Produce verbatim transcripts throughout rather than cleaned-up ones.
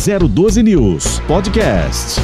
zero doze News Podcast.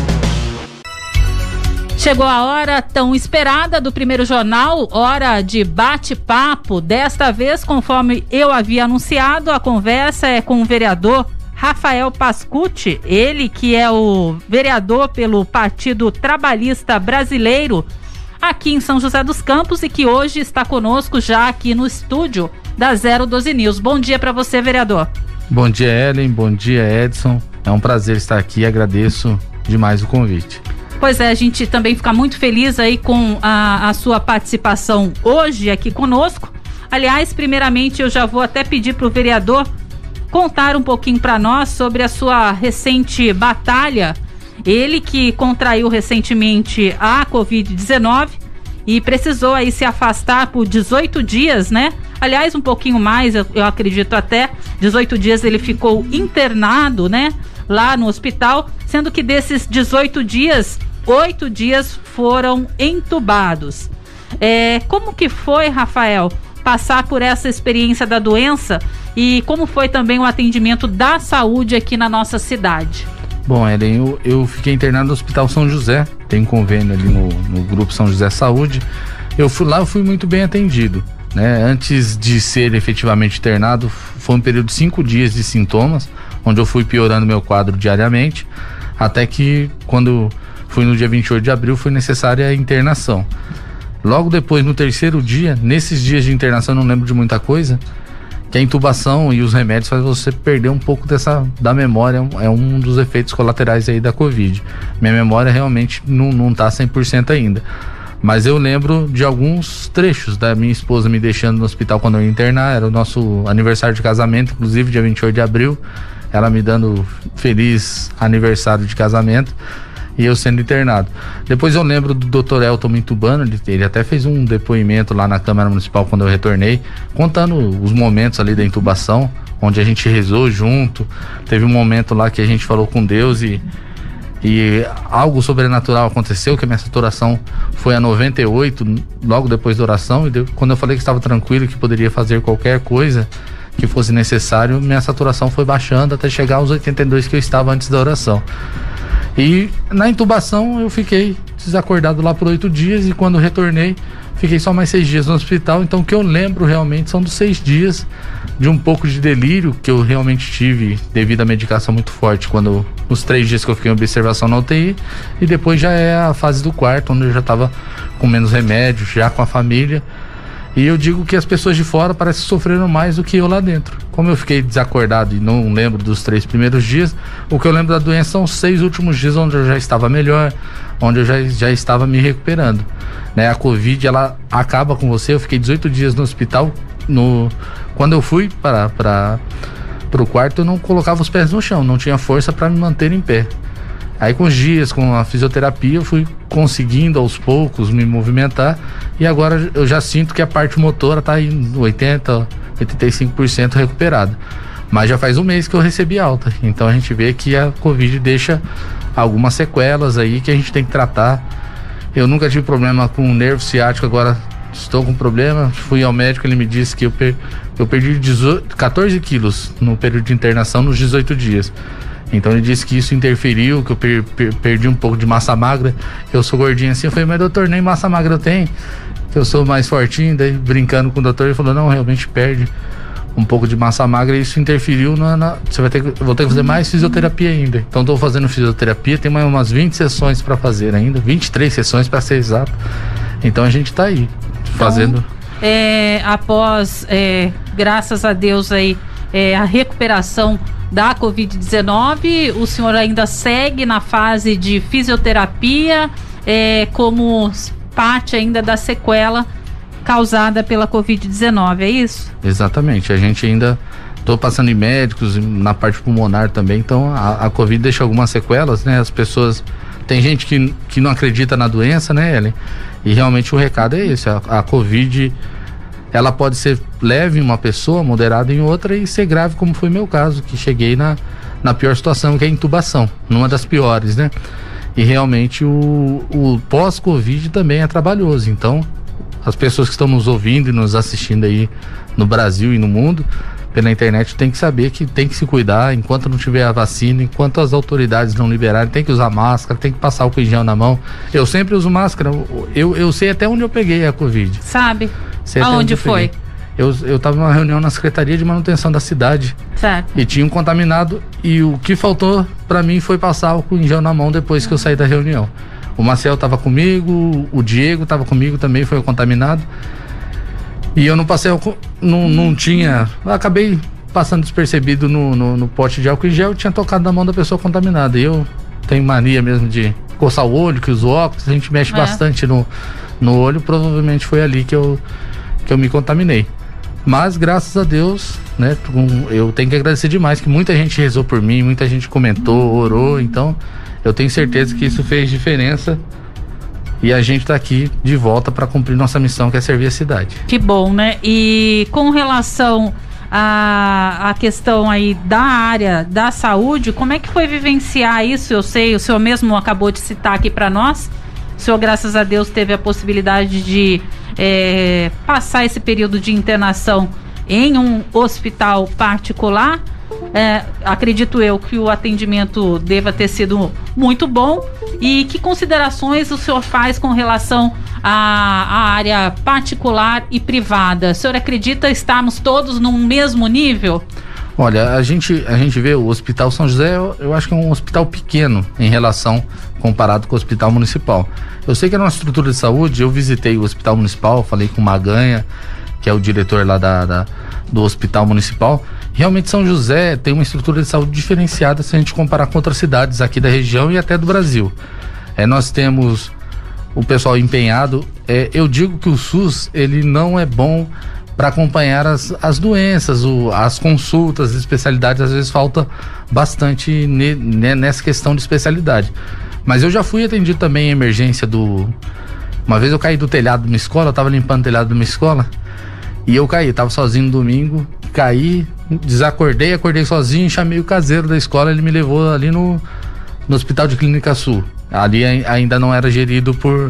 Chegou a hora tão esperada do primeiro jornal, hora de bate-papo. Desta vez, conforme eu havia anunciado, a conversa é com o vereador Rafael Pascucci, ele que é o vereador pelo Partido Trabalhista Brasileiro aqui em São José dos Campos e que hoje está conosco já aqui no estúdio da zero doze News. Bom dia para você, vereador. Bom dia, Ellen. Bom dia, Edson. É um prazer estar aqui e agradeço demais o convite. Pois é, a gente também fica muito feliz aí com a, a sua participação hoje aqui conosco. Aliás, primeiramente eu já vou até pedir para o vereador contar um pouquinho para nós sobre a sua recente batalha. Ele que contraiu recentemente a covid dezenove e precisou aí se afastar por dezoito dias, né? Aliás, um pouquinho mais, eu, eu acredito até, dezoito dias ele ficou internado, né? Lá no hospital, sendo que desses dezoito dias, oito dias foram entubados. É, como que foi, Rafael, passar por essa experiência da doença e como foi também o atendimento da saúde aqui na nossa cidade? Bom, Ellen, eu, eu fiquei internado no Hospital São José, tem convênio ali no, no Grupo São José Saúde. Eu fui lá, eu fui muito bem atendido, né? Antes de ser efetivamente internado, foi um período de cinco dias de sintomas, onde eu fui piorando meu quadro diariamente, até que quando fui no dia vinte e oito de abril, foi necessária a internação. Logo depois, no terceiro dia, nesses dias de internação, eu não lembro de muita coisa, que a intubação e os remédios fazem você perder um pouco dessa, da memória, é um dos efeitos colaterais aí da Covid. Minha memória realmente não, não tá cem por cento ainda, mas eu lembro de alguns trechos da minha esposa me deixando no hospital quando eu ia internar, era o nosso aniversário de casamento, inclusive dia vinte e oito de abril, ela me dando feliz aniversário de casamento e eu sendo internado. Depois eu lembro do doutor Elton me intubando, ele, ele até fez um depoimento lá na Câmara Municipal quando eu retornei, contando os momentos ali da intubação, onde a gente rezou junto. Teve um momento lá que a gente falou com Deus e, e algo sobrenatural aconteceu, que a minha saturação foi a noventa e oito logo depois da oração, e deu, quando eu falei que estava tranquilo e que poderia fazer qualquer coisa que fosse necessário, minha saturação foi baixando até chegar aos oitenta e dois que eu estava antes da oração. E na intubação eu fiquei desacordado lá por oito dias e quando retornei fiquei só mais seis dias no hospital. Então o que eu lembro realmente são dos seis dias de um pouco de delírio que eu realmente tive devido à medicação muito forte quando os três dias que eu fiquei em observação na U T I, e depois já é a fase do quarto, onde eu já estava com menos remédio, já com a família. E eu digo que as pessoas de fora parecem que sofreram mais do que eu lá dentro. Como eu fiquei desacordado e não lembro dos três primeiros dias, o que eu lembro da doença são os seis últimos dias onde eu já estava melhor, onde eu já, já estava me recuperando. Né? A Covid, ela acaba com você. Eu fiquei dezoito dias no hospital. No, quando eu fui para, para, para o quarto, eu não colocava os pés no chão, não tinha força para me manter em pé. Aí com os dias, com a fisioterapia, eu fui conseguindo aos poucos me movimentar e agora eu já sinto que a parte motora está em oitenta, oitenta e cinco por cento recuperada. Mas já faz um mês que eu recebi alta, então a gente vê que a Covid deixa algumas sequelas aí que a gente tem que tratar. Eu nunca tive problema com o nervo ciático, agora estou com problema. Fui ao médico, ele me disse que eu, per, eu perdi dezoito, catorze quilos no período de internação nos dezoito dias. Então ele disse que isso interferiu, que eu per, per, perdi um pouco de massa magra. Eu sou gordinho assim, eu falei, mas doutor, nem massa magra eu tenho, que eu sou mais fortinho. Daí brincando com o doutor, ele falou, não, realmente perde um pouco de massa magra e isso interferiu na, na você vai ter que, vou ter que fazer mais fisioterapia ainda. Então estou fazendo fisioterapia, tem mais umas vinte sessões para fazer ainda, vinte e três sessões para ser exato. Então a gente está aí fazendo. Então, é, após, é, graças a Deus aí, é, a recuperação da covid dezenove, o senhor ainda segue na fase de fisioterapia, é, como parte ainda da sequela causada pela covid dezenove, é isso? Exatamente, a gente ainda tô passando em médicos, na parte pulmonar também, então a, a Covid deixa algumas sequelas, né? As pessoas, tem gente que, que não acredita na doença, né, Ellen? E realmente o recado é esse, a, a Covid, ela pode ser leve em uma pessoa, moderada em outra e ser grave, como foi meu caso, que cheguei na, na pior situação, que é a intubação, numa das piores, né? E realmente o, o pós-Covid também é trabalhoso, então as pessoas que estão nos ouvindo e nos assistindo aí no Brasil e no mundo, pela internet tem que saber que tem que se cuidar enquanto não tiver a vacina, enquanto as autoridades não liberarem, tem que usar máscara, tem que passar álcool em gel na mão. Eu sempre uso máscara, eu, eu sei até onde eu peguei a Covid. Sabe? Sei aonde foi? Eu, eu tava numa reunião na Secretaria de Manutenção da cidade. Certo. E tinha um contaminado e o que faltou pra mim foi passar álcool em gel na mão depois que eu saí da reunião. O Marcel tava comigo, o Diego tava comigo também, foi o contaminado. E eu não passei álcool, não, não tinha, eu acabei passando despercebido no, no, no pote de álcool em gel, tinha tocado na mão da pessoa contaminada. E eu tenho mania mesmo de coçar o olho, que os óculos, a gente mexe é. bastante no, no olho, provavelmente foi ali que eu, que eu me contaminei. Mas graças a Deus, né, eu tenho que agradecer demais, que muita gente rezou por mim, muita gente comentou, orou, então eu tenho certeza que isso fez diferença e a gente tá aqui de volta para cumprir nossa missão, que é servir a cidade. Que bom, né? E com relação à, à questão aí da área da saúde, como é que foi vivenciar isso? Eu sei, o senhor mesmo acabou de citar aqui para nós, o senhor, graças a Deus, teve a possibilidade de é, passar esse período de internação em um hospital particular. É, acredito eu que o atendimento deva ter sido muito bom. E que considerações o senhor faz com relação à, à área particular e privada? O senhor acredita estarmos todos no mesmo nível? Olha, a gente, a gente vê o Hospital São José, eu, eu acho que é um hospital pequeno em relação, comparado com o Hospital Municipal. Eu sei que é uma estrutura de saúde, eu visitei o Hospital Municipal, falei com o Maganha, que é o diretor lá da, da, do Hospital Municipal. Realmente São José tem uma estrutura de saúde diferenciada se a gente comparar com outras cidades aqui da região e até do Brasil. É, nós temos o pessoal empenhado, é, eu digo que o SUS, ele não é bom para acompanhar as, as doenças, o, as consultas, as especialidades, às vezes falta bastante ne, ne, nessa questão de especialidade. Mas eu já fui atendido também em emergência do... Uma vez eu caí do telhado de uma escola, eu tava limpando o telhado de uma escola e eu caí, tava sozinho no domingo, caí, desacordei, acordei sozinho, chamei o caseiro da escola, ele me levou ali no, no Hospital de Clínica Sul. Ali ainda não era gerido por...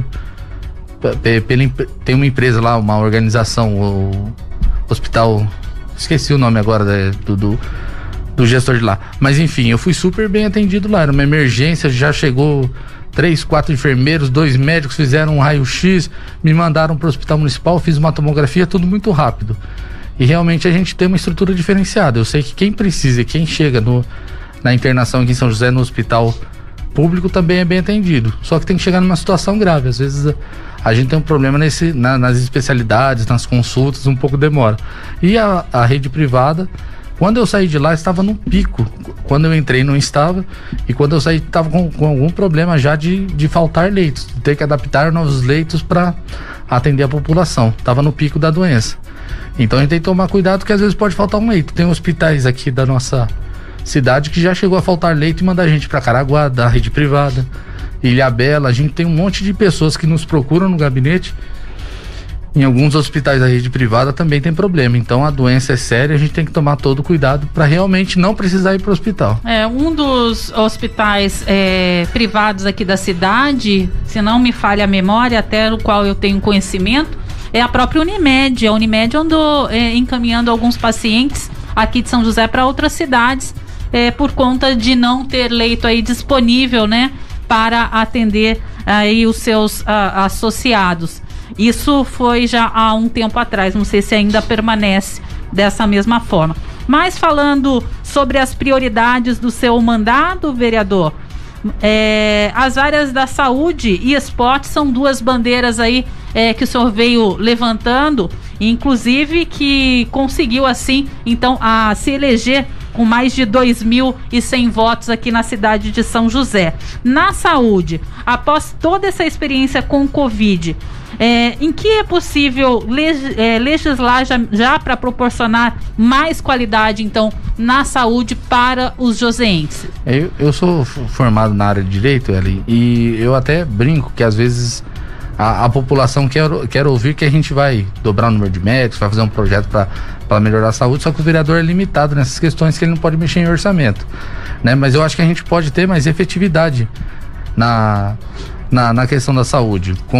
Pela, tem uma empresa lá, uma organização, o hospital, esqueci o nome agora da, do, do, do gestor de lá, mas enfim, eu fui super bem atendido lá, era uma emergência, já chegou três, quatro enfermeiros, dois médicos, fizeram um raio-x, me mandaram para o Hospital Municipal, fiz uma tomografia, tudo muito rápido. E realmente a gente tem uma estrutura diferenciada. Eu sei que quem precisa, quem chega no, na internação aqui em São José, no hospital público, também é bem atendido. Só que tem que chegar numa situação grave. Às vezes a, a gente tem um problema nesse, na, nas especialidades, nas consultas, um pouco demora. E a, a rede privada, quando eu saí de lá, estava no pico. Quando eu entrei, não estava. E quando eu saí, estava com, com algum problema já de, de faltar leitos, de ter que adaptar novos leitos para atender a população. Estava no pico da doença. Então a gente tem que tomar cuidado, que às vezes pode faltar um leito. Tem hospitais aqui da nossa cidade que já chegou a faltar leito e mandar a gente para Caraguá, da rede privada, Ilhabela. A gente tem um monte de pessoas que nos procuram no gabinete. Em alguns hospitais da rede privada também tem problema. Então a doença é séria, a gente tem que tomar todo o cuidado para realmente não precisar ir para o hospital. É, um dos hospitais é, privados aqui da cidade, se não me falha a memória, até no qual eu tenho conhecimento, é a própria Unimed. A Unimed andou é, encaminhando alguns pacientes aqui de São José para outras cidades é, por conta de não ter leito aí disponível, né, para atender aí os seus a, associados. Isso foi já há um tempo atrás, não sei se ainda permanece dessa mesma forma. Mas falando sobre as prioridades do seu mandato, vereador, É, as áreas da saúde e esporte são duas bandeiras aí é, que o senhor veio levantando, inclusive que conseguiu assim então a se eleger com mais de dois mil e cem votos aqui na cidade de São José. Na saúde, após toda essa experiência com o Covid, é, em que é possível leg- é, legislar já, já para proporcionar mais qualidade, então, na saúde para os joseenses? Eu, eu sou formado na área de Direito, Eli, e eu até brinco que às vezes a, a população quer, quer ouvir que a gente vai dobrar o número de médicos, vai fazer um projeto para melhorar a saúde, só que o vereador é limitado nessas questões, que ele não pode mexer em orçamento, né? Mas eu acho que a gente pode ter mais efetividade na, na, na questão da saúde. Como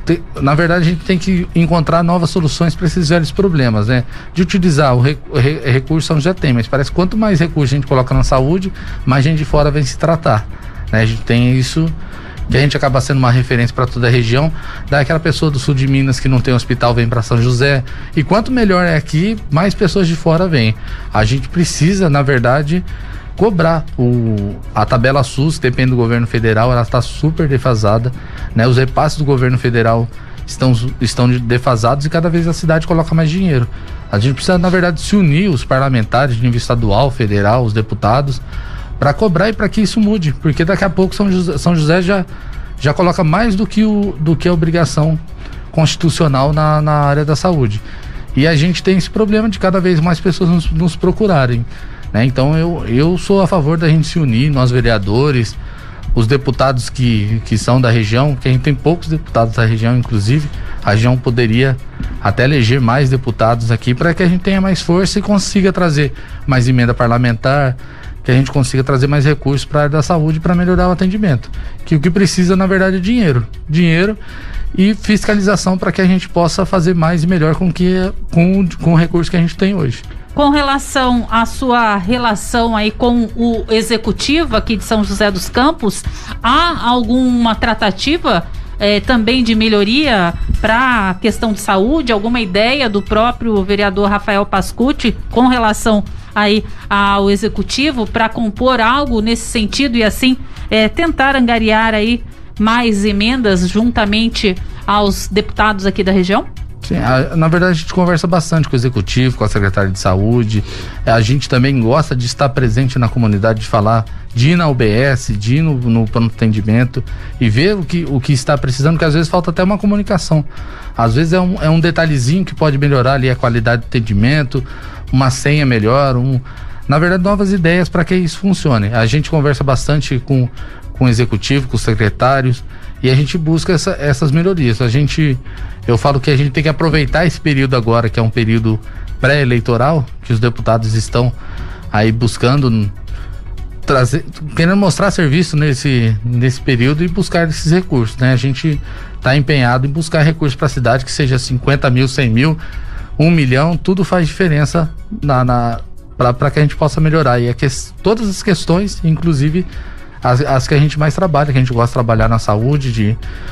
te, na verdade, a gente tem que encontrar novas soluções para esses velhos problemas, né? De utilizar o, re, o re, recurso São José tem, mas parece que quanto mais recurso a gente coloca na saúde, mais gente de fora vem se tratar, né? A gente tem isso, que a gente acaba sendo uma referência para toda a região. Daquela pessoa do sul de Minas que não tem hospital vem para São José, e quanto melhor é aqui, mais pessoas de fora vêm. A gente precisa, na verdade, cobrar o, a tabela SUS, que depende do governo federal, ela está super defasada, né? Os repasses do governo federal estão, estão defasados e cada vez a cidade coloca mais dinheiro. A gente precisa, na verdade, se unir, os parlamentares de nível estadual, federal, os deputados, para cobrar e para que isso mude, porque daqui a pouco São José, São José já, já coloca mais do que, o, do que a obrigação constitucional na, na área da saúde. E a gente tem esse problema de cada vez mais pessoas nos, nos procurarem. Né? Então eu, eu sou a favor da gente se unir, nós vereadores, os deputados que, que são da região, que a gente tem poucos deputados da região, inclusive a região poderia até eleger mais deputados aqui para que a gente tenha mais força e consiga trazer mais emenda parlamentar, que a gente consiga trazer mais recursos para a área da saúde para melhorar o atendimento, que o que precisa na verdade é dinheiro, dinheiro e fiscalização para que a gente possa fazer mais e melhor com, que, com, com o recurso que a gente tem hoje. Com relação à sua relação aí com o executivo aqui de São José dos Campos, há alguma tratativa eh, também de melhoria para a questão de saúde? Alguma ideia do próprio vereador Rafael Pascucci com relação aí ao executivo para compor algo nesse sentido e assim eh, tentar angariar aí mais emendas juntamente aos deputados aqui da região? Sim, a, na verdade a gente conversa bastante com o executivo, com a secretária de saúde. A gente também gosta de estar presente na comunidade, de falar, de ir na U B S, de ir no, no pronto atendimento e ver o que, o que está precisando, porque às vezes falta até uma comunicação. Às vezes é um, é um detalhezinho que pode melhorar ali a qualidade do atendimento, uma senha melhor, um, na verdade novas ideias para que isso funcione. A gente conversa bastante com, com o executivo, com os secretários, e a gente busca essa, essas melhorias. A gente, eu falo que a gente tem que aproveitar esse período agora, que é um período pré-eleitoral, que os deputados estão aí buscando trazer, querendo mostrar serviço nesse, nesse período e buscar esses recursos, né? A gente está empenhado em buscar recursos para a cidade, que seja cinquenta mil, cem mil, um milhão, tudo faz diferença na, na, para que a gente possa melhorar. E é que, todas as questões, inclusive As, as que a gente mais trabalha, que a gente gosta de trabalhar na saúde, de,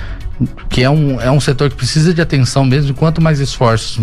que é um, é um setor que precisa de atenção mesmo, e quanto mais esforços,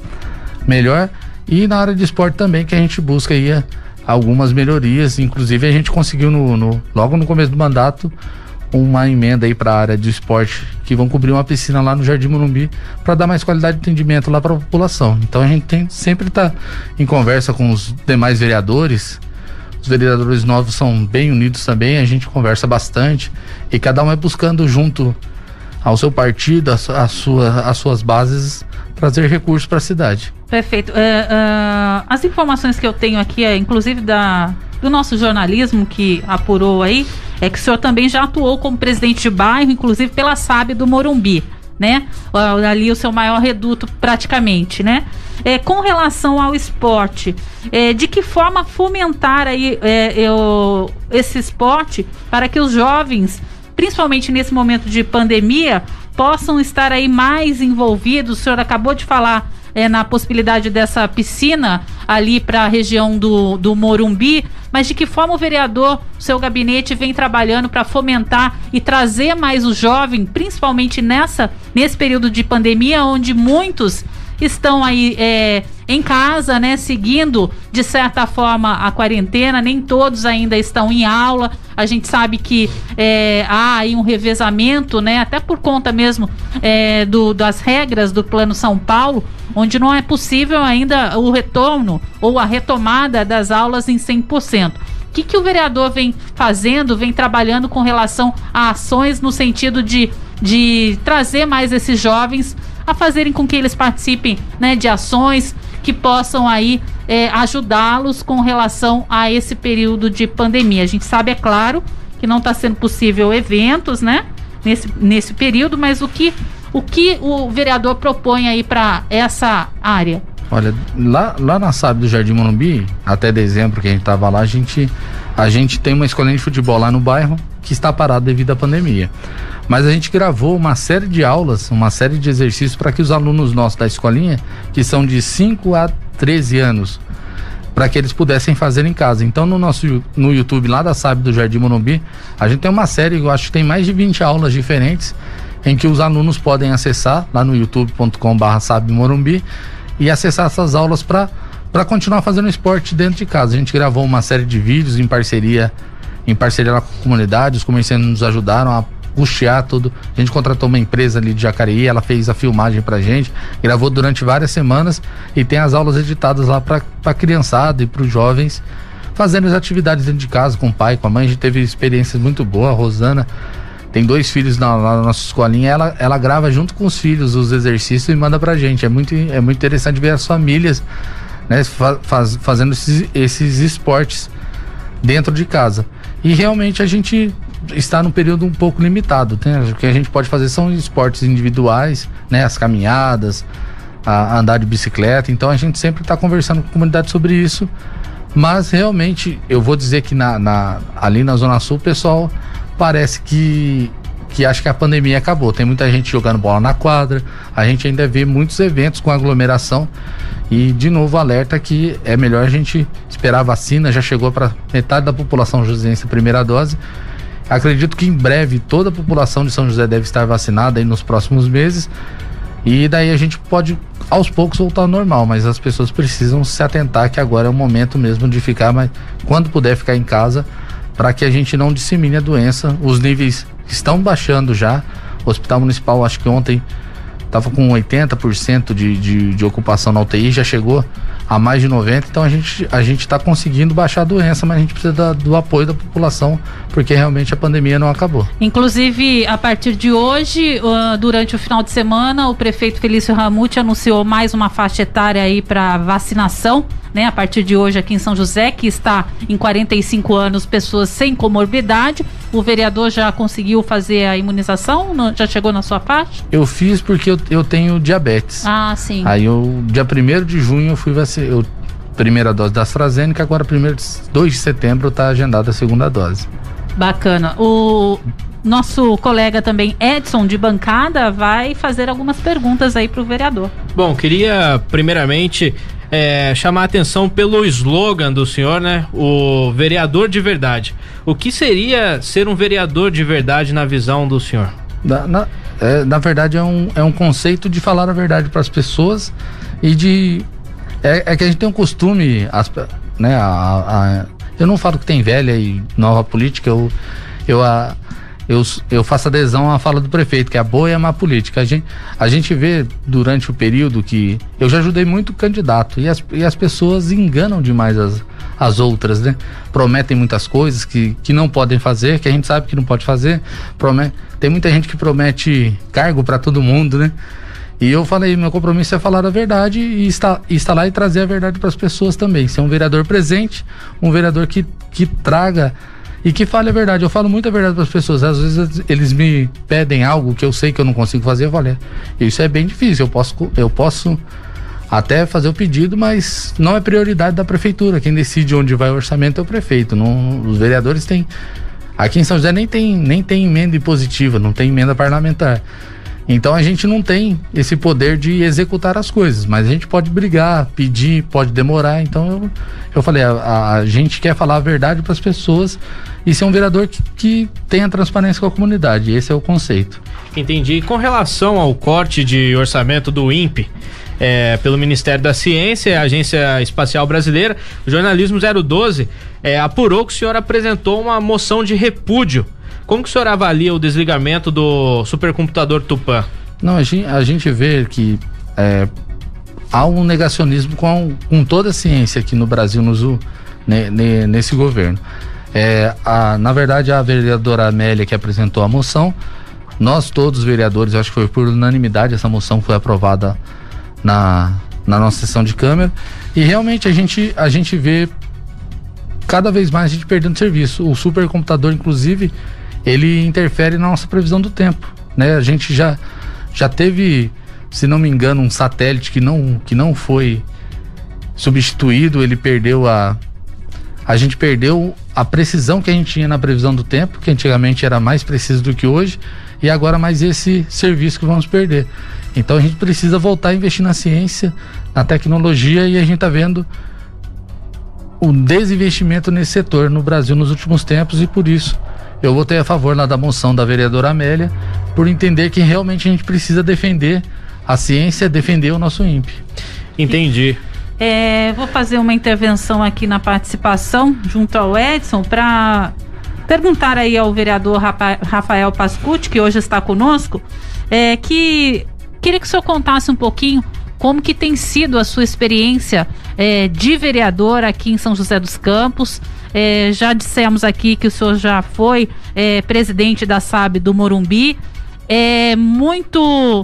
melhor. E na área de esporte também, que a gente busca aí algumas melhorias, inclusive a gente conseguiu no, no, logo no começo do mandato uma emenda aí para a área de esporte, que vão cobrir uma piscina lá no Jardim Morumbi para dar mais qualidade de atendimento lá para a população. Então a gente tem sempre tá em conversa com os demais vereadores. Os vereadores novos são bem unidos também, a gente conversa bastante e cada um é buscando junto ao seu partido, a, a sua, as suas bases, trazer recursos para a cidade. Perfeito. É, uh, as informações que eu tenho aqui, é, inclusive da, do nosso jornalismo que apurou aí, é que o senhor também já atuou como presidente de bairro, inclusive pela S A B do Morumbi, né? Ali o seu maior reduto praticamente, né? É, com relação ao esporte, é, de que forma fomentar aí é, eu, esse esporte para que os jovens, principalmente nesse momento de pandemia, possam estar aí mais envolvidos? O senhor acabou de falar é, na possibilidade dessa piscina ali para a região do, do Morumbi, mas de que forma o vereador, o seu gabinete, vem trabalhando para fomentar e trazer mais o jovem, principalmente nessa, nesse período de pandemia, onde muitos estão aí é, em casa, né, seguindo de certa forma a quarentena, nem todos ainda estão em aula. A gente sabe que é, há aí um revezamento, né, até por conta mesmo é, do, das regras do Plano São Paulo, onde não é possível ainda o retorno ou a retomada das aulas em cem por cento. O que, que o vereador vem fazendo, vem trabalhando com relação a ações no sentido de, de trazer mais esses jovens a fazerem com que eles participem, né, de ações que possam aí é, ajudá-los com relação a esse período de pandemia? A gente sabe, é claro, que não está sendo possível eventos, né, nesse, nesse período, mas o que, o que o vereador propõe aí para essa área? Olha, lá, lá na S A B do Jardim Morumbi, até dezembro que a gente estava lá, a gente a gente tem uma escolinha de futebol lá no bairro que está parada devido à pandemia. Mas a gente gravou uma série de aulas, uma série de exercícios para que os alunos nossos da escolinha, que são de cinco a treze anos, para que eles pudessem fazer em casa. Então no nosso no YouTube lá da S A B do Jardim Morumbi, a gente tem uma série, eu acho que tem mais de vinte aulas diferentes, em que os alunos podem acessar lá no youtube ponto com barra S A B Morumbi e acessar essas aulas para para continuar fazendo esporte dentro de casa. A gente gravou uma série de vídeos em parceria em parceria lá com a comunidade, os comerciantes nos ajudaram a custear tudo. A gente contratou uma empresa ali de Jacareí, ela fez a filmagem pra gente, gravou durante várias semanas e tem as aulas editadas lá pra, pra criançada e pros jovens fazendo as atividades dentro de casa, com o pai, com a mãe. A gente teve experiências muito boas. A Rosana tem dois filhos na, na nossa escolinha, ela, ela grava junto com os filhos os exercícios e manda pra gente. É muito, é muito interessante ver as famílias, né, faz, fazendo esses, esses esportes dentro de casa. E realmente a gente está num período um pouco limitado, né? O que a gente pode fazer são esportes individuais, né? As caminhadas, a, a andar de bicicleta. Então a gente sempre está conversando com a comunidade sobre isso, mas realmente eu vou dizer que na, na, ali na Zona Sul o pessoal parece que que acha que a pandemia acabou. Tem muita gente jogando bola na quadra, a gente ainda vê muitos eventos com aglomeração e, de novo, alerta que é melhor a gente esperar a vacina. Já chegou para metade da população joseense a primeira dose. Acredito que em breve toda a população de São José deve estar vacinada aí nos próximos meses e daí a gente pode aos poucos voltar ao normal, mas as pessoas precisam se atentar que agora é o momento mesmo de ficar, mas quando puder ficar em casa, para que a gente não dissemine a doença. Os níveis estão baixando já. O Hospital Municipal, acho que ontem estava com oitenta por cento de, de, de ocupação na U T I, já chegou a mais de noventa por cento. Então a gente a gente está conseguindo baixar a doença, mas a gente precisa da, do apoio da população, porque realmente a pandemia não acabou. Inclusive, a partir de hoje, uh, durante o final de semana, o prefeito Felício Ramute anunciou mais uma faixa etária aí para vacinação, né? A partir de hoje aqui em São José, que está em quarenta e cinco anos, pessoas sem comorbidade. O vereador já conseguiu fazer a imunização? Já chegou na sua faixa? Eu fiz porque eu, eu tenho diabetes. Ah, sim. Aí eu, dia primeiro de junho, eu fui vacinar, eu, primeira dose da AstraZeneca, agora primeiro, dois de setembro está agendada a segunda dose. Bacana. O nosso colega também, Edson, de bancada, vai fazer algumas perguntas aí para o vereador. Bom, queria primeiramente É, chamar a atenção pelo slogan do senhor, né? O vereador de verdade. O que seria ser um vereador de verdade na visão do senhor? Na, na, é, na verdade é um, é um conceito de falar a verdade para as pessoas e de... É, é que a gente tem um costume, as, né? A, a, eu não falo que tem velha e nova política, eu... eu a, Eu, eu faço adesão à fala do prefeito, que é a boa e a má política. A gente, a gente vê durante o período que eu já ajudei muito candidato e as, e as pessoas enganam demais as, as outras, né? Prometem muitas coisas que, que não podem fazer, que a gente sabe que não pode fazer. Promete, tem muita gente que promete cargo para todo mundo, né? E eu falei, meu compromisso é falar a verdade e estar, e estar lá e trazer a verdade para as pessoas também. Ser um vereador presente, um vereador que, que traga e que fale a verdade. Eu falo muito a verdade para as pessoas. Às vezes eles me pedem algo que eu sei que eu não consigo fazer. Eu falo, é, isso é bem difícil. Eu posso, eu posso até fazer o pedido, mas não é prioridade da prefeitura. Quem decide onde vai o orçamento é o prefeito. Não, os vereadores têm... Aqui em São José nem tem, nem tem emenda impositiva, não tem emenda parlamentar. Então a gente não tem esse poder de executar as coisas, mas a gente pode brigar, pedir, pode demorar. Então eu, eu falei, a, a gente quer falar a verdade para as pessoas e ser um vereador que, que tenha transparência com a comunidade. Esse é o conceito. Entendi. Com relação ao corte de orçamento do INPE, é, pelo Ministério da Ciência e Agência Espacial Brasileira, o Jornalismo zero doze é, apurou que o senhor apresentou uma moção de repúdio. Como que o senhor avalia o desligamento do supercomputador Tupã? Não, a gente, a gente vê que é, há um negacionismo com, com toda a ciência aqui no Brasil, no, ne, ne, nesse governo. É, a, na verdade, a vereadora Amélia que apresentou a moção, nós todos os vereadores, acho que foi por unanimidade, essa moção foi aprovada na, na nossa sessão de Câmara, e realmente a gente, a gente vê cada vez mais a gente perdendo serviço. O supercomputador, inclusive, ele interfere na nossa previsão do tempo, né? A gente já, já teve, se não me engano, um satélite que não, que não foi substituído, ele perdeu a... A gente perdeu a precisão que a gente tinha na previsão do tempo, que antigamente era mais preciso do que hoje, e agora mais esse serviço que vamos perder. Então a gente precisa voltar a investir na ciência, na tecnologia, e a gente está vendo o desinvestimento nesse setor no Brasil nos últimos tempos, e por isso eu votei a favor lá da moção da vereadora Amélia, por entender que realmente a gente precisa defender a ciência, defender o nosso INPE. Entendi. É, vou fazer uma intervenção aqui na participação junto ao Edson para perguntar aí ao vereador Rafael Pascucci, que hoje está conosco, é, que queria que o senhor contasse um pouquinho como que tem sido a sua experiência é, de vereador aqui em São José dos Campos. É, já dissemos aqui que o senhor já foi é, presidente da S A B do Morumbi. É muito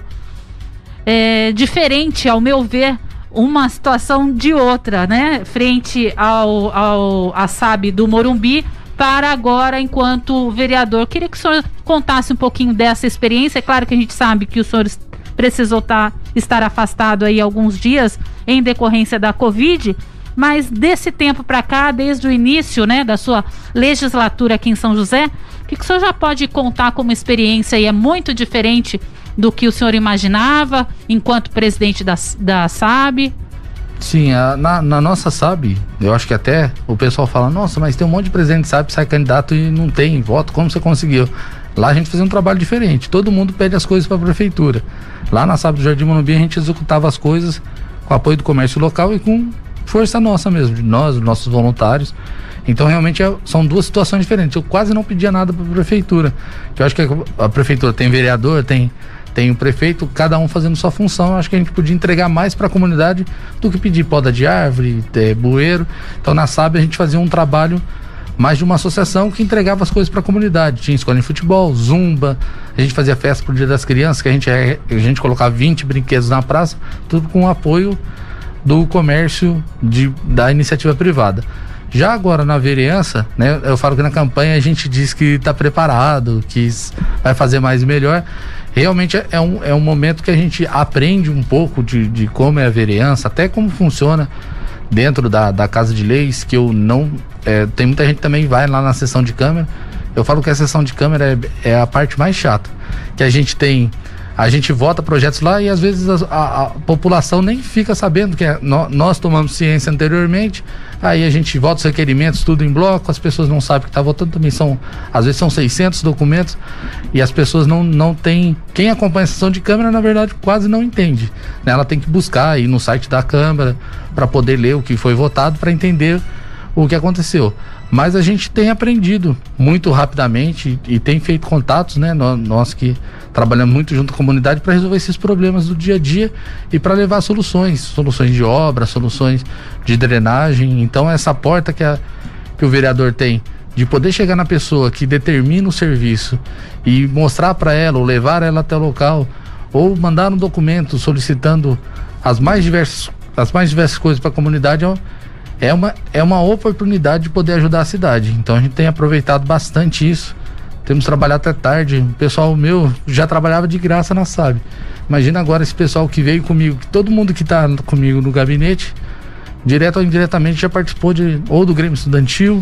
é, diferente, ao meu ver, uma situação de outra, né? Frente ao, ao a S A B do Morumbi para agora enquanto vereador. Queria que o senhor contasse um pouquinho dessa experiência. É claro que a gente sabe que o senhor precisou tá, estar afastado aí alguns dias em decorrência da Covid, mas desse tempo para cá, desde o início, né, da sua legislatura aqui em São José, o que, que o senhor já pode contar como experiência? E é muito diferente do que o senhor imaginava enquanto presidente da, da S A B? Sim, a, na, na nossa S A B, eu acho que até o pessoal fala, nossa, mas tem um monte de presidente de S A B, sai candidato e não tem voto, como você conseguiu? Lá a gente fazia um trabalho diferente, todo mundo pede as coisas para a prefeitura. Lá na S A B do Jardim Morumbi a gente executava as coisas com apoio do comércio local e com força nossa mesmo, de nós, dos nossos voluntários. Então realmente é, são duas situações diferentes. Eu quase não pedia nada para a prefeitura, que eu acho que a, a prefeitura tem vereador, tem tem o prefeito, cada um fazendo sua função. Eu acho que a gente podia entregar mais para a comunidade do que pedir poda de árvore, é, bueiro. Então na S A B a gente fazia um trabalho mais de uma associação que entregava as coisas para a comunidade. Tinha escola de futebol, zumba, a gente fazia festa pro Dia das Crianças, que a gente, a gente colocava vinte brinquedos na praça, tudo com o apoio do comércio de, da iniciativa privada. Já agora na vereança, né, eu falo que na campanha a gente diz que está preparado, que vai fazer mais e melhor. Realmente é um, é um momento que a gente aprende um pouco de, de como é a vereança, até como funciona dentro da, da Casa de Leis, que eu não... É, tem muita gente que também vai lá na sessão de câmara. Eu falo que a sessão de câmara é, é a parte mais chata, que a gente tem... A gente vota projetos lá e às vezes a, a, a população nem fica sabendo que é, no, nós tomamos ciência anteriormente, aí a gente vota os requerimentos tudo em bloco, as pessoas não sabem que está votando, também são, às vezes são seiscentos documentos e as pessoas não, não têm, quem acompanha a sessão de Câmara na verdade quase não entende, né? Ela tem que buscar ir no site da Câmara para poder ler o que foi votado, para entender o que aconteceu. Mas a gente tem aprendido muito rapidamente e, e tem feito contatos, né? Nós, nós que trabalhamos muito junto com a comunidade para resolver esses problemas do dia a dia e para levar soluções, soluções de obra, soluções de drenagem. Então essa porta que, a, que o vereador tem de poder chegar na pessoa que determina o serviço e mostrar para ela ou levar ela até o local ou mandar um documento solicitando as mais diversas, as mais diversas coisas para a comunidade, é É uma, é uma oportunidade de poder ajudar a cidade. Então a gente tem aproveitado bastante isso. Temos trabalhado até tarde. O pessoal meu já trabalhava de graça na S A B. Imagina agora esse pessoal que veio comigo, que todo mundo que está comigo no gabinete, direto ou indiretamente, já participou de, ou do Grêmio Estudantil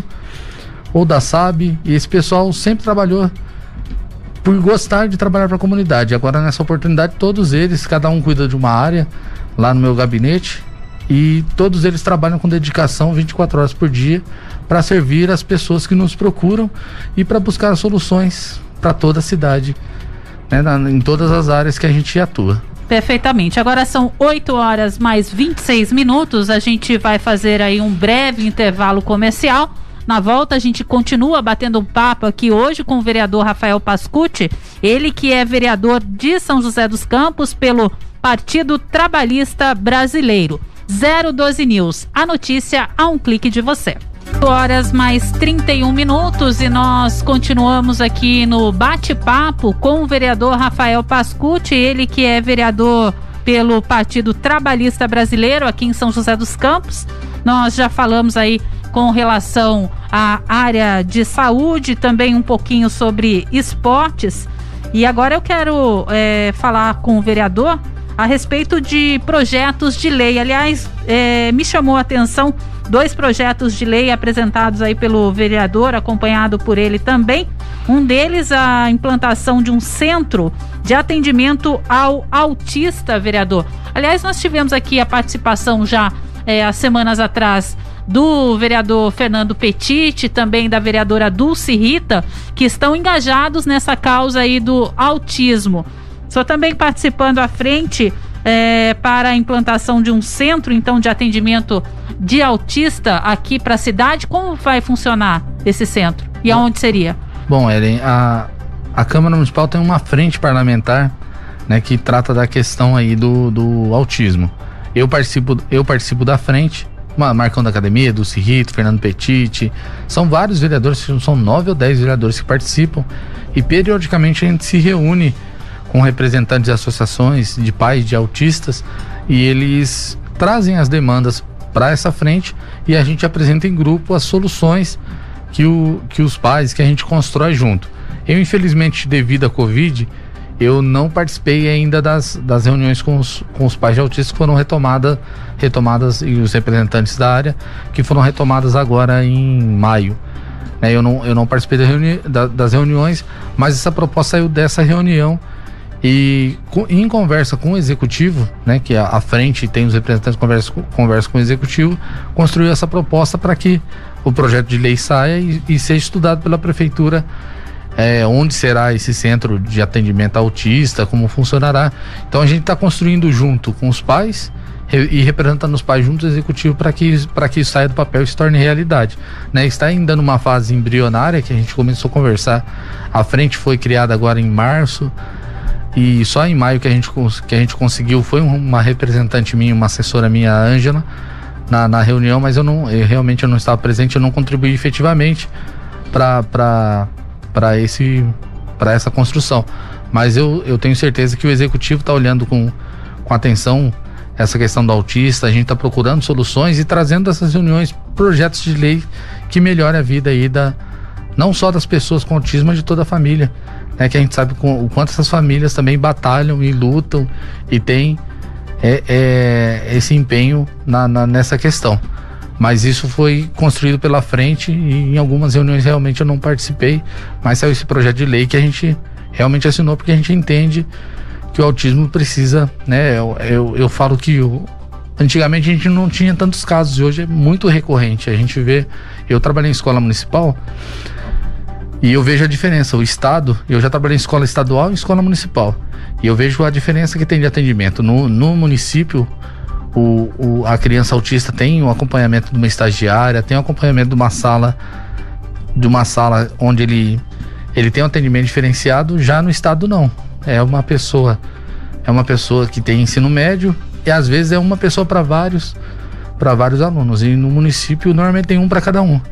ou da S A B. E esse pessoal sempre trabalhou por gostar de trabalhar para a comunidade. Agora nessa oportunidade, todos eles, cada um cuida de uma área lá no meu gabinete. E todos eles trabalham com dedicação vinte e quatro horas por dia para servir as pessoas que nos procuram e para buscar soluções para toda a cidade, né, na, em todas as áreas que a gente atua. Perfeitamente. Agora são oito horas mais vinte e seis minutos. A gente vai fazer aí um breve intervalo comercial. Na volta a gente continua batendo um papo aqui hoje com o vereador Rafael Pascucci, ele que é vereador de São José dos Campos pelo Partido Trabalhista Brasileiro. zero doze News, a notícia a um clique de você. oito horas mais trinta e um minutos e nós continuamos aqui no bate-papo com o vereador Rafael Pascucci, ele que é vereador pelo Partido Trabalhista Brasileiro aqui em São José dos Campos. Nós já falamos aí com relação à área de saúde, também um pouquinho sobre esportes. E agora eu quero é, falar com o vereador a respeito de projetos de lei. Aliás, é, me chamou a atenção dois projetos de lei apresentados aí pelo vereador, acompanhado por ele também. Um deles, a implantação de um centro de atendimento ao autista, vereador. Aliás, nós tivemos aqui a participação já é, há semanas atrás do vereador Fernando Petit, também da vereadora Dulce Rita, que estão engajados nessa causa aí do autismo. O senhor também participando à frente é, para a implantação de um centro, então, de atendimento de autista aqui para a cidade. Como vai funcionar esse centro? E Bom, aonde seria? Bom, Ellen, a, a Câmara Municipal tem uma frente parlamentar, né, que trata da questão aí do, do autismo. Eu participo, eu participo da frente, Marcão da Academia, Dulce Rito, Fernando Petit, são vários vereadores, são nove ou dez vereadores que participam, e periodicamente a gente se reúne com representantes de associações de pais de autistas, e eles trazem as demandas para essa frente e a gente apresenta em grupo as soluções que, o, que os pais, que a gente constrói junto. Eu, infelizmente, devido à Covid, eu não participei ainda das, das reuniões com os, com os pais de autistas que foram retomada, retomadas, e os representantes da área, que foram retomadas agora em maio. É, eu, não, eu não participei da reuni da, das reuniões, mas essa proposta saiu dessa reunião, e com, em conversa com o executivo, né, que a, a frente tem os representantes, conversa, conversa com o executivo, construiu essa proposta para que o projeto de lei saia e, e seja estudado pela prefeitura. É, onde será esse centro de atendimento autista, como funcionará. Então a gente está construindo junto com os pais re, e representando os pais junto ao executivo para que, para que isso saia do papel e se torne realidade, né? Está ainda numa fase embrionária que a gente começou a conversar. A frente foi criada agora em março e só em maio que a gente, que a gente conseguiu, foi uma representante minha, uma assessora minha, a Ângela, na, na reunião, mas eu não, eu, realmente eu não estava presente, eu não contribuí efetivamente para para para esse para essa construção, mas eu, eu tenho certeza que o executivo está olhando com, com atenção essa questão do autista. A gente está procurando soluções e trazendo dessas reuniões projetos de lei que melhorem a vida aí da, não só das pessoas com autismo, mas de toda a família, né? Que a gente sabe com, o quanto essas famílias também batalham e lutam e tem é, é, esse empenho na, na, nessa questão. Mas isso foi construído pela frente e em algumas reuniões realmente eu não participei, mas saiu esse projeto de lei que a gente realmente assinou, porque a gente entende que o autismo precisa, né? Eu, eu, eu falo que o, antigamente a gente não tinha tantos casos e hoje é muito recorrente. A gente vê, eu trabalhei em escola municipal e eu vejo a diferença. O estado, eu já trabalhei em escola estadual e escola municipal, e eu vejo a diferença que tem de atendimento. No, no município, O, o, a criança autista tem o acompanhamento de uma estagiária, tem o acompanhamento de uma sala, de uma sala onde ele, ele tem um atendimento diferenciado. Já no estado não, é uma pessoa, é uma pessoa que tem ensino médio e às vezes é uma pessoa para vários, para vários alunos, e no município normalmente tem um para cada um.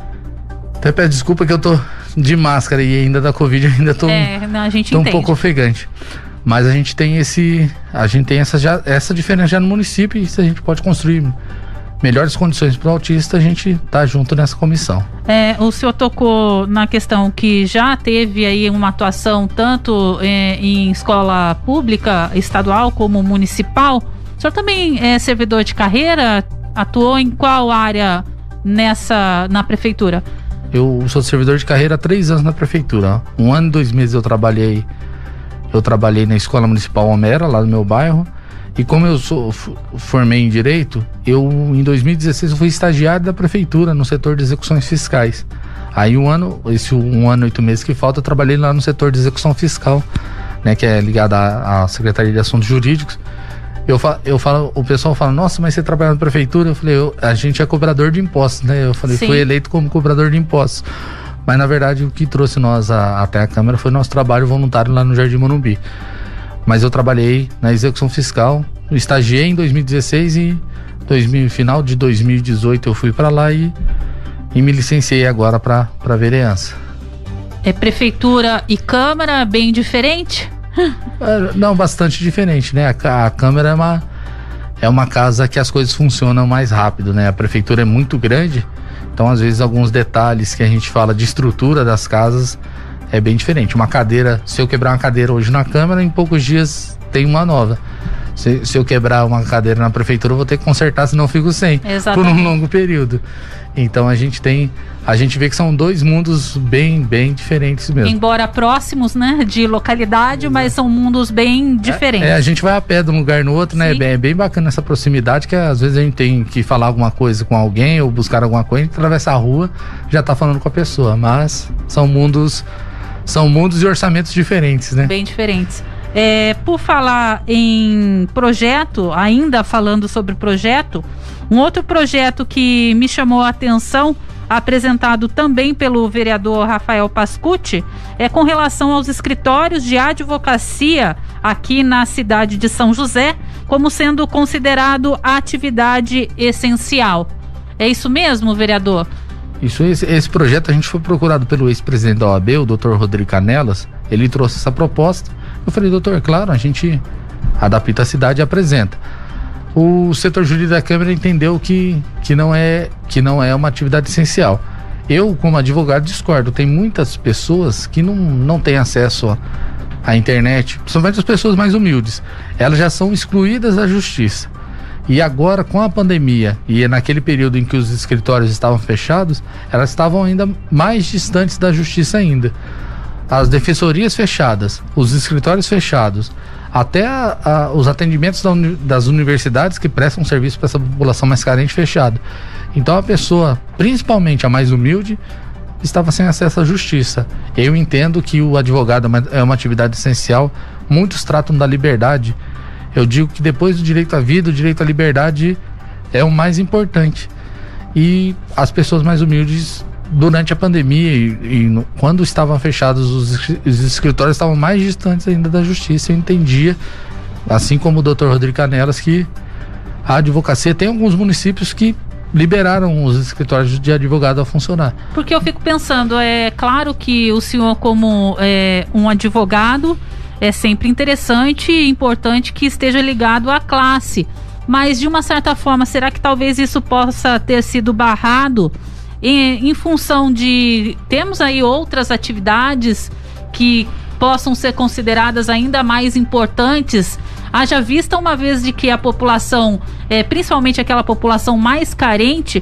Até peço desculpa que eu tô de máscara e ainda da Covid ainda tô, é, não, a gente tô um entende. pouco ofegante. Mas a gente tem esse, a gente tem essa, já, essa diferença já no município, e se a gente pode construir melhores condições para o autista, a gente tá junto nessa comissão. É, o senhor tocou na questão que já teve aí uma atuação tanto é, em escola pública, estadual, como municipal. O senhor também é servidor de carreira? Atuou em qual área nessa, na prefeitura? Eu sou servidor de carreira há três anos na prefeitura. Um ano e dois meses eu trabalhei Eu trabalhei na Escola Municipal Homera, lá do meu bairro, e como eu sou, formei em Direito, eu em dois mil e dezesseis eu fui estagiário da Prefeitura no setor de execuções fiscais. Aí um ano, esse um ano e oito meses que falta, eu trabalhei lá no setor de execução fiscal, né, que é ligado à, à Secretaria de Assuntos Jurídicos. Eu falo, eu falo, o pessoal fala, nossa, mas você trabalha na Prefeitura? Eu falei, eu, a gente é cobrador de impostos, né? Eu falei, Sim. Fui eleito como cobrador de impostos. Mas na verdade o que trouxe nós a, até a Câmara foi nosso trabalho voluntário lá no Jardim Morumbi. Mas eu trabalhei na execução fiscal, estagiei em dois mil e dezesseis e dois mil, final de dois mil e dezoito eu fui para lá e, e me licenciei agora para para vereança. É prefeitura e Câmara bem diferente? É, não, bastante diferente, né? A, a Câmara é uma, é uma casa que as coisas funcionam mais rápido, né? A prefeitura é muito grande. Então, às vezes, alguns detalhes que a gente fala de estrutura das casas é bem diferente. Uma cadeira, se eu quebrar uma cadeira hoje na Câmara, em poucos dias tem uma nova. Se, se eu quebrar uma cadeira na prefeitura, eu vou ter que consertar, senão eu fico sem. Exatamente. Por um longo período. Então a gente tem, a gente vê que são dois mundos bem, bem diferentes mesmo. Embora próximos, né, de localidade, mas são mundos bem diferentes. É, é, a gente vai a pé de um lugar no outro, né? É bem, é bem bacana essa proximidade, que às vezes a gente tem que falar alguma coisa com alguém ou buscar alguma coisa, a gente atravessa a rua, já tá falando com a pessoa, mas são mundos, são mundos e orçamentos diferentes, né? Bem diferentes. É, por falar em projeto, ainda falando sobre projeto, um outro projeto que me chamou a atenção, apresentado também pelo vereador Rafael Pascucci, é com relação aos escritórios de advocacia aqui na cidade de São José, como sendo considerado atividade essencial. É isso mesmo, vereador? Isso, esse, esse projeto a gente foi procurado pelo ex-presidente da O A B, o doutor Rodrigo Canelas. Ele trouxe essa proposta. Eu falei, doutor, claro, a gente adapta a cidade e apresenta. O setor jurídico da Câmara entendeu que, que, não é, que não é uma atividade essencial. Eu, como advogado, discordo. Tem muitas pessoas que não, não têm acesso à, à internet, principalmente as pessoas mais humildes. Elas já são excluídas da justiça. E agora, com a pandemia, e naquele período em que os escritórios estavam fechados, elas estavam ainda mais distantes da justiça ainda. As defensorias fechadas, os escritórios fechados, até a, a, os atendimentos da uni, das universidades que prestam serviço para essa população mais carente fechado. Então a pessoa, principalmente a mais humilde, estava sem acesso à justiça. Eu entendo que o advogado é uma, é uma atividade essencial. Muitos tratam da liberdade. Eu digo que depois do direito à vida, o direito à liberdade é o mais importante. E as pessoas mais humildes, durante a pandemia e, e no, quando estavam fechados os, os escritórios, estavam mais distantes ainda da justiça. Eu entendia, assim como o doutor Rodrigo Canelas, que a advocacia tem alguns municípios que liberaram os escritórios de advogado a funcionar. Porque eu fico pensando, é claro que o senhor, como é, um advogado, é sempre interessante e importante que esteja ligado à classe, mas de uma certa forma, será que talvez isso possa ter sido barrado em, em função de temos aí outras atividades que possam ser consideradas ainda mais importantes, haja vista uma vez de que a população, é, principalmente aquela população mais carente,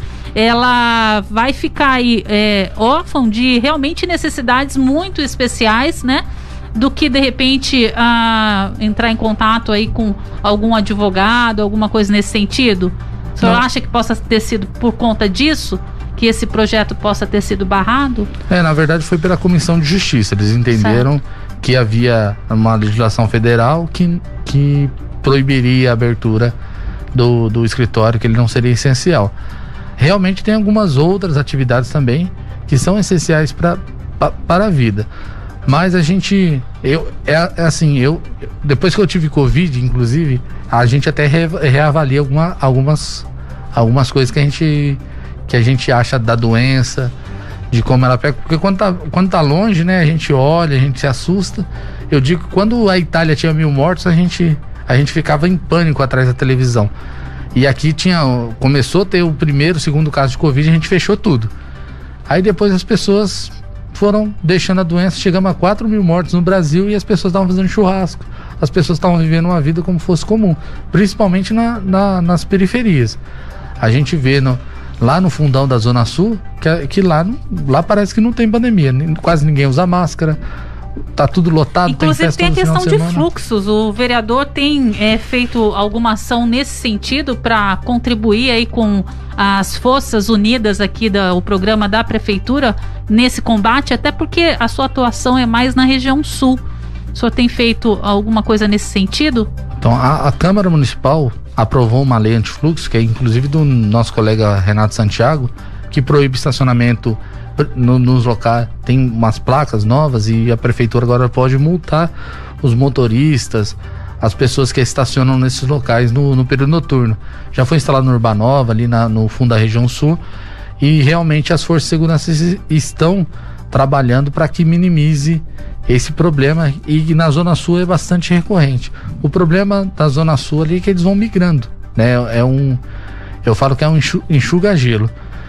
ela vai ficar aí é, órfã de realmente necessidades muito especiais, né? Do que de repente ah, entrar em contato aí com algum advogado, alguma coisa nesse sentido? O senhor Não. acha que possa ter sido por conta disso que esse projeto possa ter sido barrado? É, na verdade foi pela Comissão de Justiça. Eles entenderam certo. que havia uma legislação federal que, que proibiria a abertura do, do escritório, que ele não seria essencial. Realmente tem algumas outras atividades também que são essenciais pra, pra, para a vida. Mas a gente, eu, é, é assim, eu, depois que eu tive Covid, inclusive, a gente até re, reavalia alguma, algumas, algumas coisas que a gente, que a gente acha da doença, de como ela pega, porque quando tá, quando tá longe, né, a gente olha, a gente se assusta. Eu digo que quando a Itália tinha mil mortos, a gente, a gente ficava em pânico atrás da televisão. E aqui tinha, começou a ter o primeiro, o segundo caso de Covid, a gente fechou tudo. Aí depois as pessoas foram deixando a doença, chegamos a quatro mil mortos no Brasil e as pessoas estavam fazendo churrasco, as pessoas estavam vivendo uma vida como fosse comum, principalmente na, na, nas periferias. A gente vê no, lá no fundão da Zona Sul, que, que lá, lá parece que não tem pandemia, quase ninguém usa máscara, tá tudo lotado. Inclusive tem, tem a questão de, de fluxos, o vereador tem é, feito alguma ação nesse sentido para contribuir aí com as forças unidas aqui do programa da prefeitura nesse combate, até porque a sua atuação é mais na região sul. O senhor tem feito alguma coisa nesse sentido? Então a, a Câmara Municipal aprovou uma lei antifluxo, que é inclusive do nosso colega Renato Santiago, que proíbe estacionamento no, nos locais. Tem umas placas novas e a prefeitura agora pode multar os motoristas, as pessoas que estacionam nesses locais no, no período noturno. Já foi instalado no Urbanova, ali na, no fundo da região sul, e realmente as forças de segurança estão trabalhando para que minimize esse problema, e na Zona Sul é bastante recorrente. O problema da Zona Sul ali é que eles vão migrando, né? É um, eu falo que é um enxuga-gelo.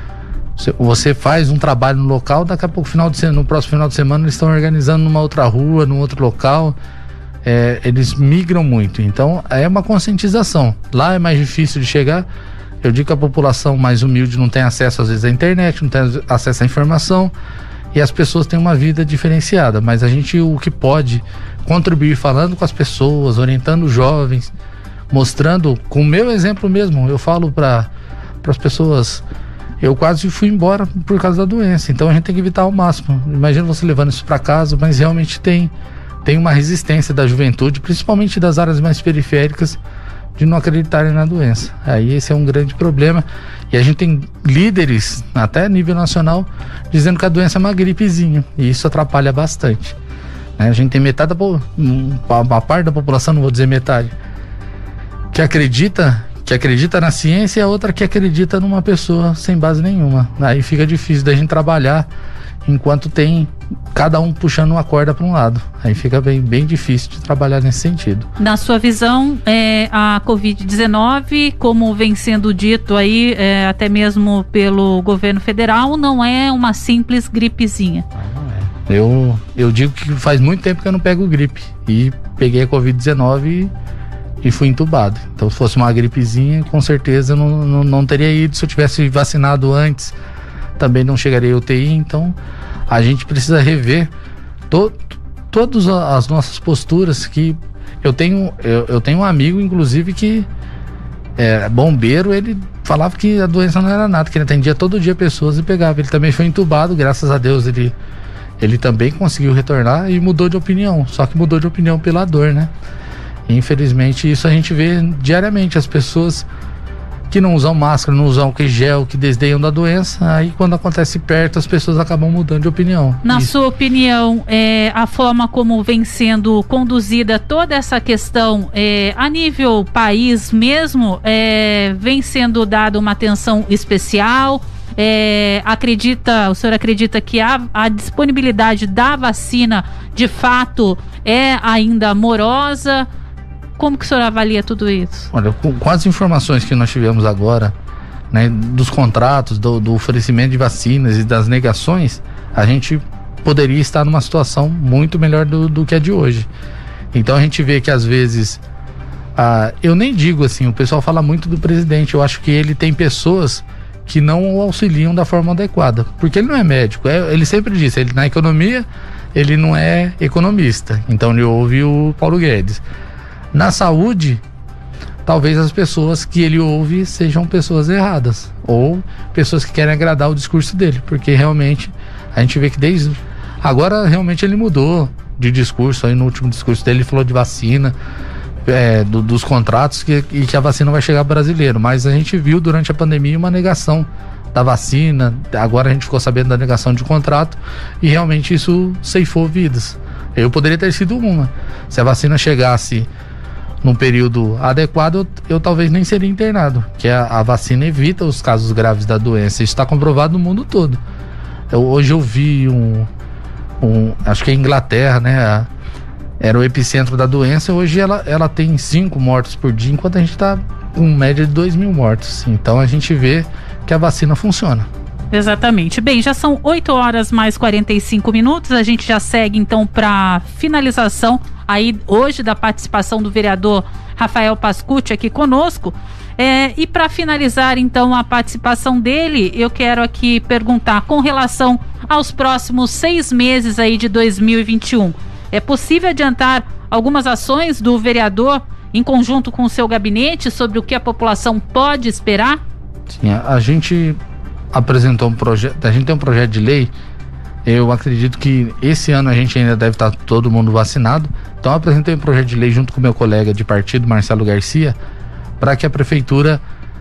Você faz um trabalho no local, daqui a pouco, final de semana, no próximo final de semana, eles estão organizando numa outra rua, num outro local. é, eles migram muito. Então é uma conscientização. Lá é mais difícil de chegar. Eu digo que a população mais humilde não tem acesso às vezes à internet, não tem acesso à informação, e as pessoas têm uma vida diferenciada, mas a gente, o que pode contribuir falando com as pessoas, orientando os jovens, mostrando, com o meu exemplo mesmo, eu falo para as pessoas, eu quase fui embora por causa da doença, então a gente tem que evitar ao máximo. Imagina você levando isso para casa, mas realmente tem, tem uma resistência da juventude, principalmente das áreas mais periféricas, de não acreditarem na doença. Aí esse é um grande problema, e a gente tem líderes, até a nível nacional, dizendo que a doença é uma gripezinha, e isso atrapalha bastante, né? A gente tem metade da uma parte da população, não vou dizer metade, que acredita que acredita na ciência, e a outra que acredita numa pessoa sem base nenhuma. Aí fica difícil da gente trabalhar enquanto tem cada um puxando uma corda para um lado. Aí fica bem, bem difícil de trabalhar nesse sentido. Na sua visão, é, a covid dezenove, como vem sendo dito aí, é, até mesmo pelo governo federal, não é uma simples gripezinha? Não é. Eu, eu digo que faz muito tempo que eu não pego gripe, e peguei a covid dezenove e, e fui entubado. Então, se fosse uma gripezinha, com certeza eu não, não, não teria ido. Se eu tivesse vacinado antes, também não chegaria a U T I. Então a gente precisa rever to, todas as nossas posturas. Que eu tenho eu, eu tenho um amigo, inclusive, que é bombeiro. Ele falava que a doença não era nada, que ele atendia todo dia pessoas e pegava. Ele também foi entubado, graças a Deus ele, ele também conseguiu retornar e mudou de opinião, só que mudou de opinião pela dor, né? E, infelizmente, isso a gente vê diariamente, as pessoas que não usam máscara, não usam álcool gel, que desdenham da doença. Aí quando acontece perto, as pessoas acabam mudando de opinião. Na Isso. sua opinião, é, a forma como vem sendo conduzida toda essa questão, é, a nível país mesmo, é, vem sendo dada uma atenção especial? É, acredita, o senhor acredita que a, a disponibilidade da vacina de fato é ainda morosa? Como que o senhor avalia tudo isso? Olha, com, com as informações que nós tivemos agora, né, dos contratos, do, do oferecimento de vacinas e das negações, a gente poderia estar numa situação muito melhor do, do que a de hoje. Então a gente vê que às vezes, ah, eu nem digo assim, o pessoal fala muito do presidente, eu acho que ele tem pessoas que não o auxiliam da forma adequada, porque ele não é médico, é, ele sempre disse, ele na economia, ele não é economista, então ele ouve o Paulo Guedes. Na saúde, talvez as pessoas que ele ouve sejam pessoas erradas, ou pessoas que querem agradar o discurso dele, porque realmente a gente vê que desde agora realmente ele mudou de discurso. Aí no último discurso dele ele falou de vacina, é, do, dos contratos, que, e que a vacina vai chegar brasileiro, mas a gente viu durante a pandemia uma negação da vacina. Agora a gente ficou sabendo da negação de contrato, e realmente isso ceifou vidas. Eu poderia ter sido uma, se a vacina chegasse num período adequado, eu, eu talvez nem seria internado, que a, a vacina evita os casos graves da doença. Isso está comprovado no mundo todo. Eu, hoje eu vi um, um, acho que é a Inglaterra, né, a, era o epicentro da doença. Hoje ela, ela tem cinco mortos por dia, enquanto a gente está com média de dois mil mortos. Então a gente vê que a vacina funciona. Exatamente. Bem, já são oito horas mais quarenta e cinco minutos. A gente já segue então para finalização aí hoje da participação do vereador Rafael Pascucci aqui conosco. É, e para finalizar então a participação dele, eu quero aqui perguntar com relação aos próximos seis meses aí de dois mil e vinte e um. É possível adiantar algumas ações do vereador em conjunto com o seu gabinete sobre o que a população pode esperar? Sim, a, a gente apresentou um projeto, a gente tem um projeto de lei. Eu acredito que esse ano a gente ainda deve estar todo mundo vacinado. Então eu apresentei um projeto de lei junto com meu colega de partido, Marcelo Garcia, para que a prefeitura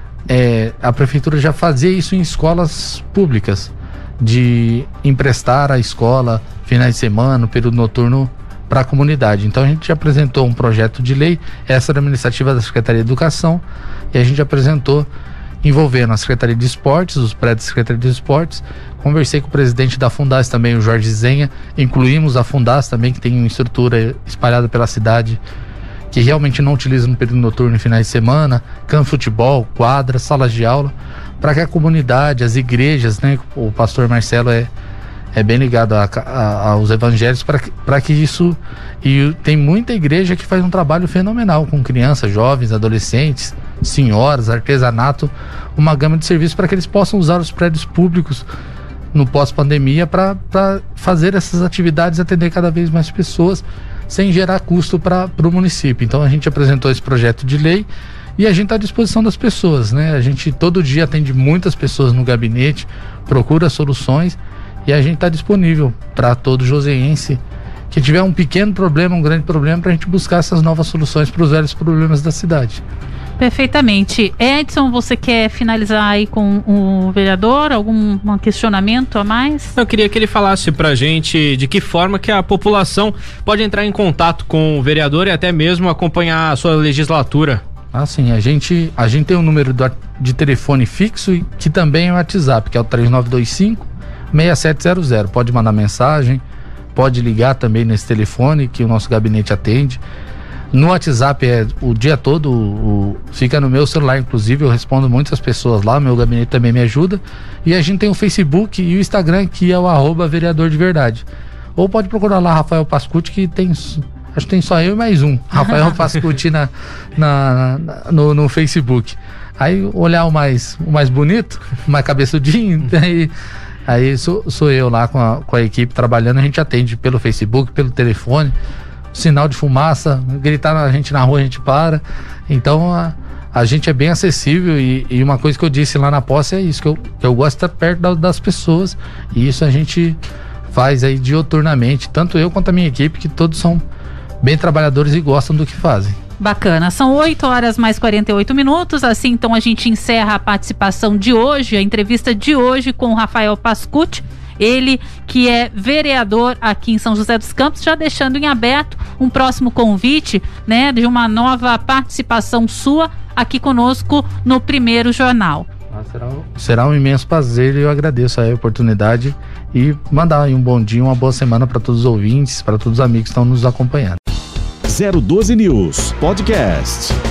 é, a prefeitura já fazia isso em escolas públicas, de emprestar a escola finais de semana, período noturno, para a comunidade. Então a gente já apresentou um projeto de lei. Essa era uma iniciativa da Secretaria de Educação, e a gente apresentou envolvendo a Secretaria de Esportes, os prédios da Secretaria de Esportes. Conversei com o presidente da Fundas também, o Jorge Zenha. Incluímos a Fundas também, que tem uma estrutura espalhada pela cidade, que realmente não utiliza no período noturno e finais de semana, campo de futebol, quadras, salas de aula, para que a comunidade, as igrejas, né, o pastor Marcelo é, é bem ligado a, a, aos evangélicos para que, para que isso... E tem muita igreja que faz um trabalho fenomenal com crianças, jovens, adolescentes, senhoras, artesanato, uma gama de serviços para que eles possam usar os prédios públicos no pós-pandemia para fazer essas atividades e atender cada vez mais pessoas sem gerar custo para o município. Então a gente apresentou esse projeto de lei e a gente está à disposição das pessoas, né? A gente todo dia atende muitas pessoas no gabinete, procura soluções e a gente está disponível para todo joseense que tiver um pequeno problema, um grande problema, para a gente buscar essas novas soluções para os velhos problemas da cidade. Perfeitamente. Edson, você quer finalizar aí com o vereador? Algum questionamento a mais? Eu queria que ele falasse pra gente de que forma que a população pode entrar em contato com o vereador e até mesmo acompanhar a sua legislatura. Ah, sim. A gente, a gente tem um número do, de telefone fixo e que também é o WhatsApp, que é o três nove dois cinco, seis sete zero zero. Pode mandar mensagem, pode ligar também nesse telefone que o nosso gabinete atende. No WhatsApp é o dia todo, o, o, fica no meu celular, inclusive eu respondo muitas pessoas lá, meu gabinete também me ajuda. E a gente tem o Facebook e o Instagram, que é o arroba vereador de verdade. Ou pode procurar lá Rafael Pascucci, que tem, acho que tem só eu e mais um, Rafael Pascucci na, na, na, no, no Facebook. Aí olhar o mais, o mais bonito, o mais cabeçudinho, aí, aí sou, sou eu lá com a, com a equipe trabalhando, a gente atende pelo Facebook, pelo telefone. Sinal de fumaça, gritar na gente na rua, a gente para. Então a, a gente é bem acessível e, e uma coisa que eu disse lá na posse é isso, que eu, que eu gosto de estar perto da, das pessoas, e isso a gente faz aí dioturnamente, tanto eu quanto a minha equipe, que todos são bem trabalhadores e gostam do que fazem. Bacana, são oito horas mais quarenta e oito minutos, assim então a gente encerra a participação de hoje, a entrevista de hoje com o Rafael Pascucci. Ele que é vereador aqui em São José dos Campos, já deixando em aberto um próximo convite, né, de uma nova participação sua aqui conosco no Primeiro Jornal. Ah, será, um, será um imenso prazer e eu agradeço a oportunidade e mandar aí um bom dia, uma boa semana para todos os ouvintes, para todos os amigos que estão nos acompanhando. zero doze News Podcast.